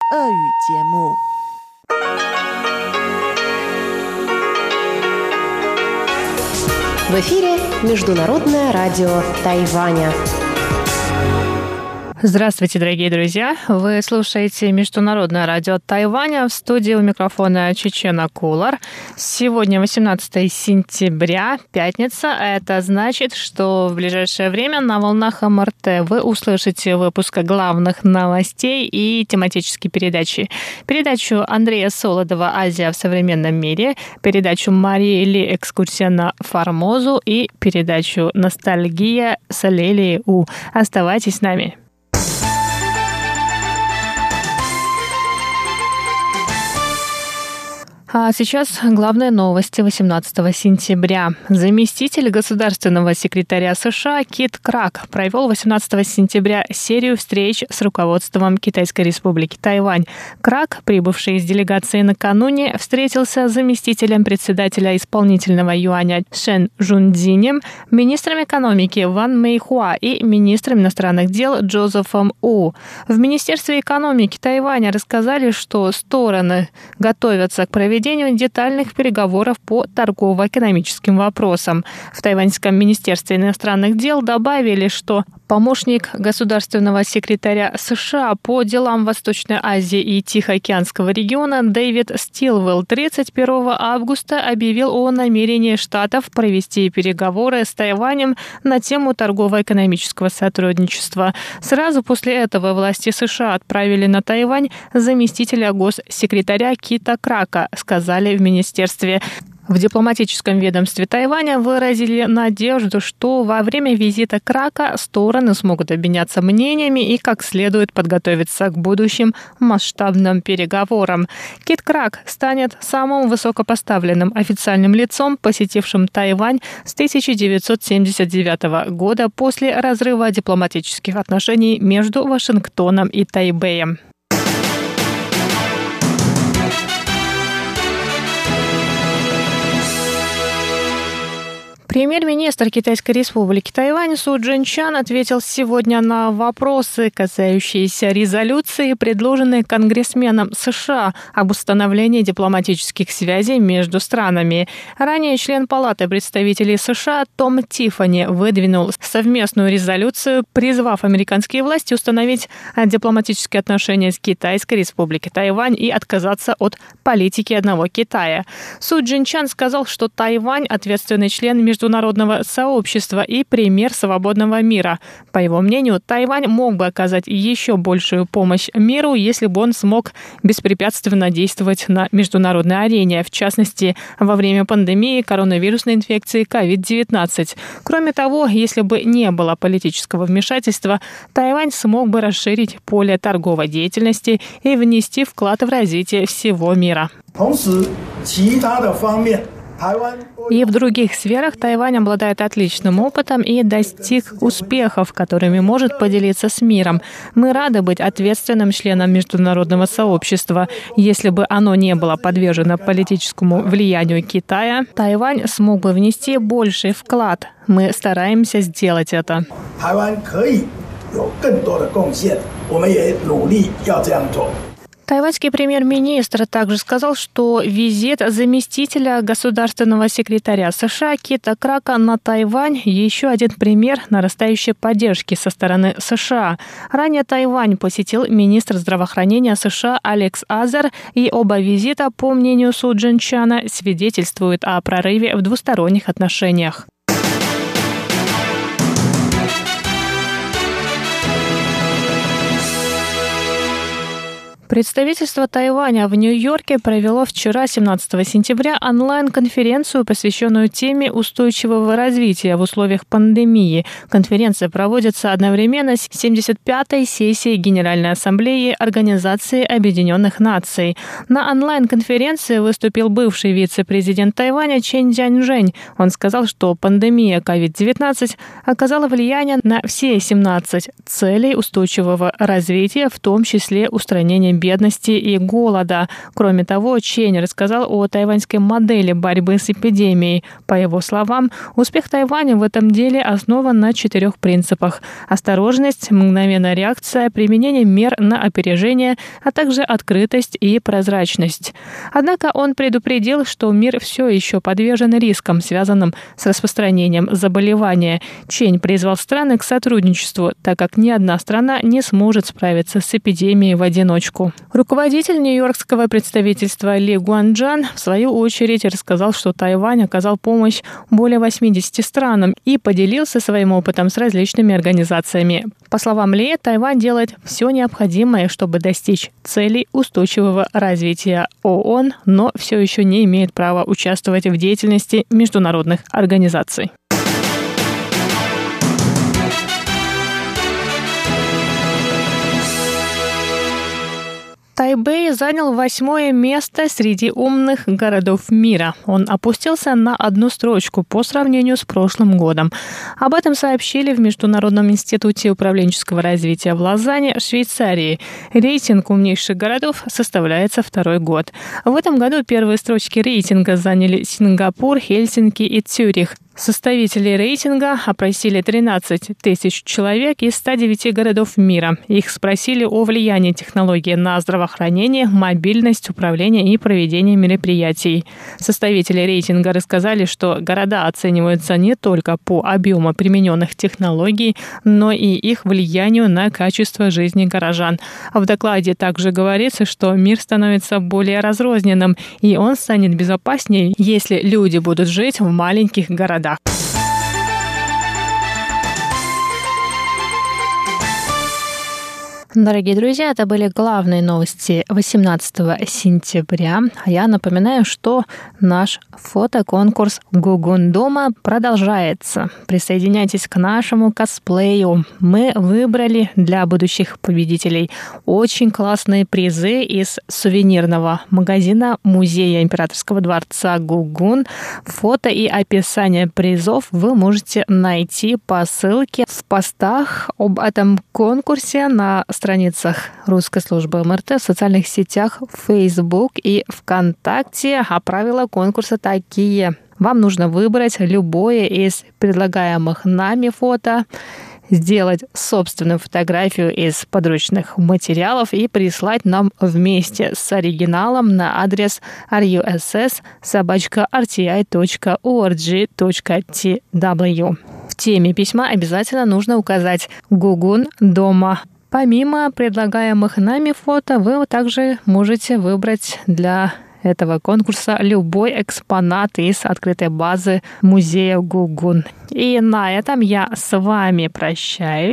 俄语节目。 В эфире Международное радио Тайваня. Здравствуйте, дорогие друзья! Вы слушаете Международное радио Тайваня. В студии у микрофона Чечена Кулар. Сегодня 18 сентября, пятница. Это значит, что в ближайшее время на волнах МРТ вы услышите выпуск главных новостей и тематические передачи. Передачу Андрея Солодова «Азия в современном мире», передачу Марии Ли «Экскурсия на Формозу» и передачу «Ностальгия» с Лелией У. Оставайтесь с нами. А сейчас главные новости 18 сентября. Заместитель государственного секретаря США Кит Крак провел 18 сентября серию встреч с руководством Китайской республики Тайвань. Крак, прибывший из делегации накануне, встретился с заместителем председателя исполнительного юаня Шэн Жунцзинем, министром экономики Ван Мэйхуа и министром иностранных дел Джозефом У. В Министерстве экономики Тайваня рассказали, что стороны готовятся к проведению детальных переговоров по торгово-экономическим вопросам. В Тайваньском министерстве иностранных дел добавили, что помощник государственного секретаря США по делам Восточной Азии и Тихоокеанского региона Дэвид Стилвелл 31 августа объявил о намерении Штатов провести переговоры с Тайванем на тему торгово-экономического сотрудничества. Сразу после этого власти США отправили на Тайвань заместителя госсекретаря Кита Крака, сказали в министерстве. В дипломатическом ведомстве Тайваня выразили надежду, что во время визита Крака стороны смогут обменяться мнениями и как следует подготовиться к будущим масштабным переговорам. Кит Крак станет самым высокопоставленным официальным лицом, посетившим Тайвань с 1979 года после разрыва дипломатических отношений между Вашингтоном и Тайбэем. Премьер-министр Китайской республики Тайвань Су Чжэньчан ответил сегодня на вопросы, касающиеся резолюции, предложенной Конгрессменом США об установлении дипломатических связей между странами. Ранее член Палаты представителей США Том Тиффани выдвинул совместную резолюцию, призвав американские власти установить дипломатические отношения с Китайской республикой Тайвань и отказаться от политики одного Китая. Су Чжэньчан сказал, что Тайвань – ответственный член международного сообщества и пример свободного мира. По его мнению, Тайвань мог бы оказать еще большую помощь миру, если бы он смог беспрепятственно действовать на международной арене, в частности, во время пандемии коронавирусной инфекции COVID-19. Кроме того, если бы не было политического вмешательства, Тайвань смог бы расширить поле торговой деятельности и внести вклад в развитие всего мира. И в других сферах Тайвань обладает отличным опытом и достиг успехов, которыми может поделиться с миром. Мы рады быть ответственным членом международного сообщества. Если бы оно не было подвержено политическому влиянию Китая, Тайвань смог бы внести больший вклад. Мы стараемся сделать это. Тайваньский премьер-министр также сказал, что визит заместителя государственного секретаря США Кита Крака на Тайвань – еще один пример нарастающей поддержки со стороны США. Ранее Тайвань посетил министр здравоохранения США Алекс Азар, и оба визита, по мнению Су Чжэньчана, свидетельствуют о прорыве в двусторонних отношениях. Представительство Тайваня в Нью-Йорке провело вчера, 17 сентября, онлайн-конференцию, посвященную теме устойчивого развития в условиях пандемии. Конференция проводится одновременно с 75-й сессией Генеральной Ассамблеи Организации Объединенных Наций. На онлайн-конференции выступил бывший вице-президент Тайваня Чен Цзяньжэнь. Он сказал, что пандемия COVID-19 оказала влияние на все 17 целей устойчивого развития, в том числе устранение бедности и голода. Кроме того, Чень рассказал о тайваньской модели борьбы с эпидемией. По его словам, успех Тайваня в этом деле основан на 4 принципах: осторожность, мгновенная реакция, применение мер на опережение, а также открытость и прозрачность. Однако он предупредил, что мир все еще подвержен рискам, связанным с распространением заболевания. Чень призвал страны к сотрудничеству, так как ни одна страна не сможет справиться с эпидемией в одиночку. Руководитель нью-йоркского представительства Ли Гуанчжан в свою очередь рассказал, что Тайвань оказал помощь более 80 странам и поделился своим опытом с различными организациями. По словам Ли, Тайвань делает все необходимое, чтобы достичь целей устойчивого развития ООН, но все еще не имеет права участвовать в деятельности международных организаций. Тайбэй занял 8-е место среди умных городов мира. Он опустился на 1 строчку по сравнению с прошлым годом. Об этом сообщили в Международном институте управленческого развития в Лозанне, Швейцарии. Рейтинг умнейших городов составляется 2-й год. В этом году первые строчки рейтинга заняли Сингапур, Хельсинки и Цюрих. Составители рейтинга опросили 13 тысяч человек из 109 городов мира. Их спросили о влиянии технологий на здравоохранение, мобильность, управление и проведение мероприятий. Составители рейтинга рассказали, что города оцениваются не только по объему примененных технологий, но и их влиянию на качество жизни горожан. В докладе также говорится, что мир становится более разрозненным, и он станет безопаснее, если люди будут жить в маленьких городах. Дорогие друзья, это были главные новости 18 сентября. Я напоминаю, что наш фотоконкурс «Гугун дома» продолжается. Присоединяйтесь к нашему косплею. Мы выбрали для будущих победителей очень классные призы из сувенирного магазина Музея Императорского дворца Гугун. Фото и описание призов вы можете найти по ссылке в постах об этом конкурсе на страницах русской службы МРТ в социальных сетях Facebook и ВКонтакте. А правила конкурса такие. Вам нужно выбрать любое из предлагаемых нами фото, сделать собственную фотографию из подручных материалов и прислать нам вместе с оригиналом на адрес russ@rti.org.tw. В теме письма обязательно нужно указать «Гугун дома». Помимо предлагаемых нами фото, вы также можете выбрать для этого конкурса любой экспонат из открытой базы музея Гугун. И на этом я с вами прощаюсь.